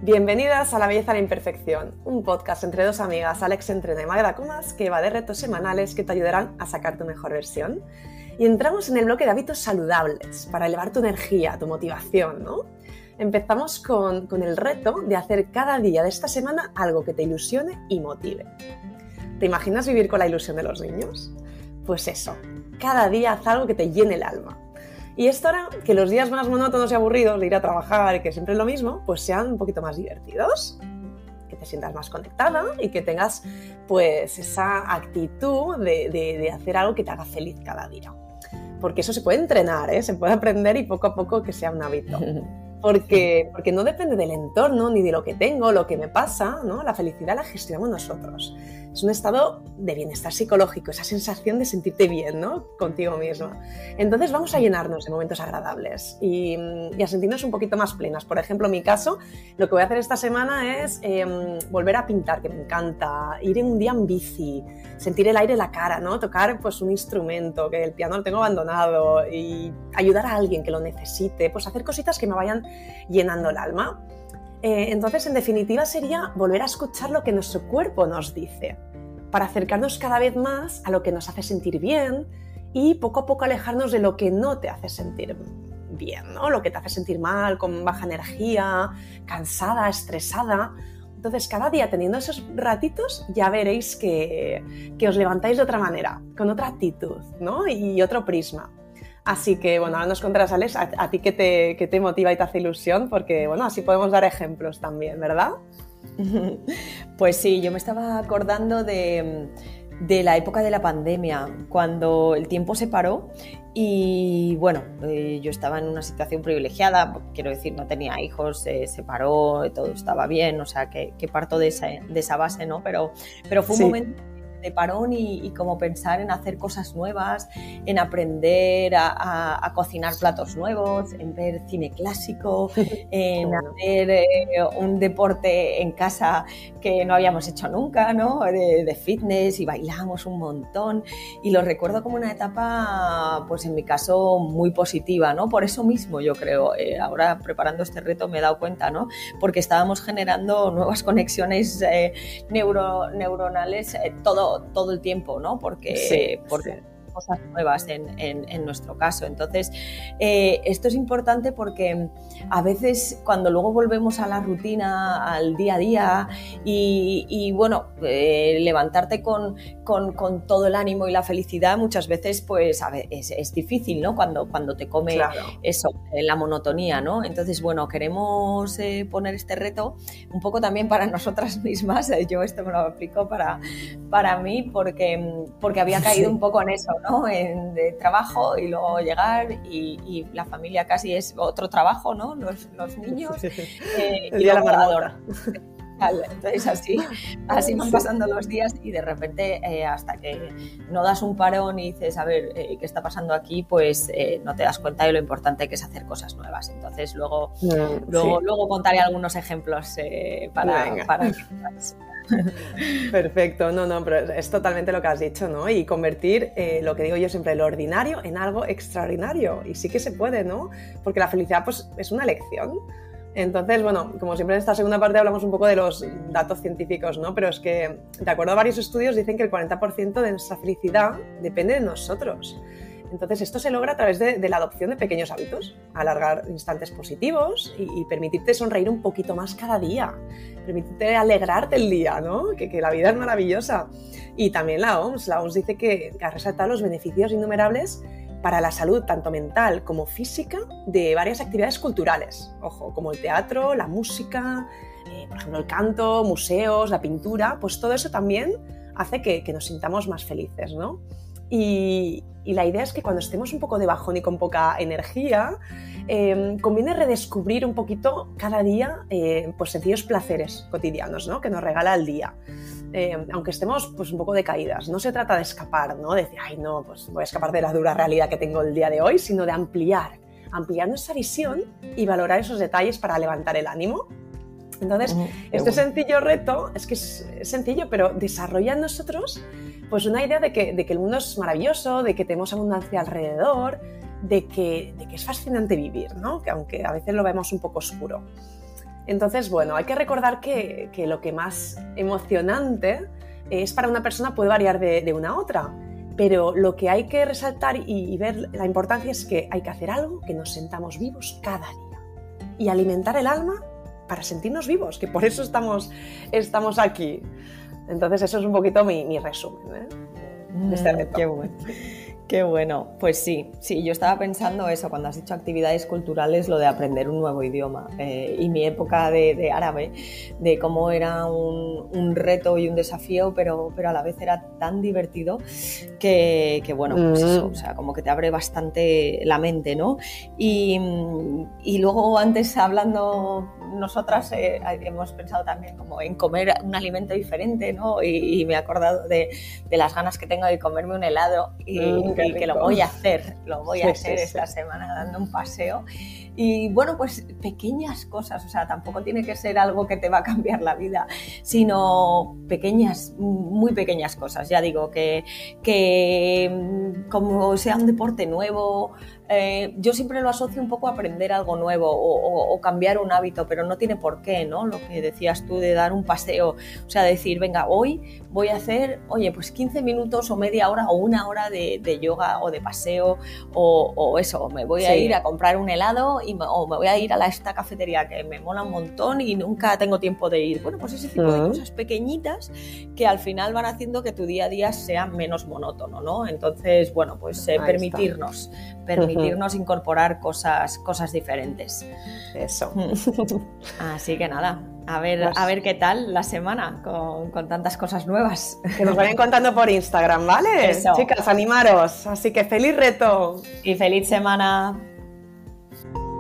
Bienvenidas a La Belleza a la Imperfección, un podcast entre dos amigas, Alex Entrena y Magda Comas, que va de retos semanales que te ayudarán a sacar tu mejor versión. Y entramos en el bloque de hábitos saludables para elevar tu energía, tu motivación, ¿no? Empezamos con el reto de hacer cada día de esta semana algo que te ilusione y motive. ¿Te imaginas vivir con la ilusión de los niños? Pues eso, cada día haz algo que te llene el alma. Y esto hará que los días más monótonos y aburridos de ir a trabajar y que siempre es lo mismo, pues sean un poquito más divertidos, que te sientas más conectada y que tengas pues esa actitud de hacer algo que te haga feliz cada día. Porque eso se puede entrenar, se puede aprender y poco a poco que sea un hábito. Porque no depende del entorno ni de lo que tengo, lo que me pasa, ¿no? La felicidad la gestionamos nosotros. Es un estado de bienestar psicológico, esa sensación de sentirte bien, ¿no? Contigo misma. Entonces vamos a llenarnos de momentos agradables y a sentirnos un poquito más plenas. Por ejemplo, en mi caso, lo que voy a hacer esta semana es volver a pintar, que me encanta, ir un día en bici, sentir el aire en la cara, ¿no? Tocar pues, un instrumento, que el piano lo tengo abandonado y ayudar a alguien que lo necesite, pues hacer cositas que me vayan llenando el alma. Entonces, en definitiva, sería volver a escuchar lo que nuestro cuerpo nos dice para acercarnos cada vez más a lo que nos hace sentir bien y poco a poco alejarnos de lo que no te hace sentir bien, ¿no? Lo que te hace sentir mal, con baja energía, cansada, estresada. Entonces, cada día teniendo esos ratitos ya veréis que os levantáis de otra manera, con otra actitud, ¿no? Y otro prisma. Así que, bueno, ahora nos contarás, Alex, a ti qué te motiva y te hace ilusión, porque, bueno, así podemos dar ejemplos también, ¿verdad? Pues sí, yo me estaba acordando de la época de la pandemia, cuando el tiempo se paró y, bueno, yo estaba en una situación privilegiada, quiero decir, no tenía hijos, se paró, todo estaba bien, o sea, que parto de esa base, ¿no? Pero fue un momento de parón y como pensar en hacer cosas nuevas, en aprender a cocinar platos nuevos, en ver cine clásico, en hacer un deporte en casa que no habíamos hecho nunca, ¿no? De fitness, y bailamos un montón y lo recuerdo como una etapa, pues en mi caso, muy positiva, ¿no? Por eso mismo yo creo, ahora preparando este reto me he dado cuenta, ¿no? Porque estábamos generando nuevas conexiones neuronales todo el tiempo, ¿no? Porque cosas nuevas en nuestro caso. Entonces, esto es importante porque a veces cuando luego volvemos a la rutina, al día a día y bueno, levantarte con todo el ánimo y la felicidad, muchas veces pues a ver, es difícil, ¿no? Cuando te come eso, la monotonía, ¿no? Entonces, bueno, queremos poner este reto un poco también para nosotras mismas. Yo esto me lo aplico para mí porque había caído un poco en eso, ¿no? De trabajo y luego llegar y la familia casi es otro trabajo, ¿no? Los niños el día de la marmota. Entonces así van pasando los días y de repente hasta que no das un parón y dices, a ver, ¿qué está pasando aquí? Pues no te das cuenta de lo importante que es hacer cosas nuevas. Entonces luego contaré algunos ejemplos para Perfecto, no, pero es totalmente lo que has dicho, ¿no? Y convertir lo que digo yo siempre, lo ordinario en algo extraordinario. Y sí que se puede, ¿no? Porque la felicidad pues, es una elección. Entonces, bueno, como siempre en esta segunda parte hablamos un poco de los datos científicos, ¿no? Pero es que, de acuerdo a varios estudios, dicen que el 40% de nuestra felicidad depende de nosotros. Entonces, esto se logra a través de la adopción de pequeños hábitos, alargar instantes positivos y permitirte sonreír un poquito más cada día, permitirte alegrarte el día, ¿no? Que la vida es maravillosa. Y también la OMS dice que ha resaltado los beneficios innumerables para la salud, tanto mental como física, de varias actividades culturales. Ojo, como el teatro, la música, por ejemplo, el canto, museos, la pintura, pues todo eso también hace que nos sintamos más felices, ¿no? Y la idea es que cuando estemos un poco de bajón y con poca energía, conviene redescubrir un poquito cada día pues sencillos placeres cotidianos, ¿no? Que nos regala el día. Aunque estemos pues, un poco decaídas. No se trata de escapar, ¿no? De decir, ay, no, pues voy a escapar de la dura realidad que tengo el día de hoy, sino de ampliar nuestra visión y valorar esos detalles para levantar el ánimo. Entonces, este sencillo reto, es que es sencillo, pero desarrolla en nosotros pues una idea de que el mundo es maravilloso, de que tenemos abundancia alrededor, de que es fascinante vivir, ¿no? Que aunque a veces lo vemos un poco oscuro. Entonces, bueno, hay que recordar que lo que más emocionante es para una persona puede variar de una a otra, pero lo que hay que resaltar y ver la importancia es que hay que hacer algo que nos sentamos vivos cada día y alimentar el alma para sentirnos vivos, que por eso estamos aquí. Entonces eso es un poquito mi resumen, ¿eh? De este reto. Qué bueno. Qué bueno, pues sí, yo estaba pensando eso, cuando has dicho actividades culturales, lo de aprender un nuevo idioma, y mi época de árabe, de cómo era un reto y un desafío, pero a la vez era tan divertido que bueno, pues eso, o sea, como que te abre bastante la mente, ¿no? Y luego antes hablando nosotras hemos pensado también como en comer un alimento diferente, ¿no? Y me he acordado de las ganas que tengo de comerme un helado y que lo voy a hacer esta semana dando un paseo. Y bueno, pues pequeñas cosas, o sea, tampoco tiene que ser algo que te va a cambiar la vida, sino pequeñas, muy pequeñas cosas. Ya digo, que como sea un deporte nuevo, yo siempre lo asocio un poco a aprender algo nuevo o cambiar un hábito, pero no tiene por qué, ¿no? Lo que decías tú de dar un paseo, o sea, decir, venga, hoy voy a hacer, oye, pues 15 minutos o media hora o una hora de yoga o de paseo o eso, me voy a ir a comprar un helado o me voy a ir a esta cafetería que me mola un montón y nunca tengo tiempo de ir. Bueno, pues ese tipo de cosas pequeñitas que al final van haciendo que tu día a día sea menos monótono, ¿no? Entonces, bueno, pues permitirnos incorporar cosas diferentes. Eso. Así que nada, a ver qué tal la semana con tantas cosas nuevas. Que nos vayan contando por Instagram, ¿vale? Eso. Chicas, animaros. Así que feliz reto. Y feliz semana.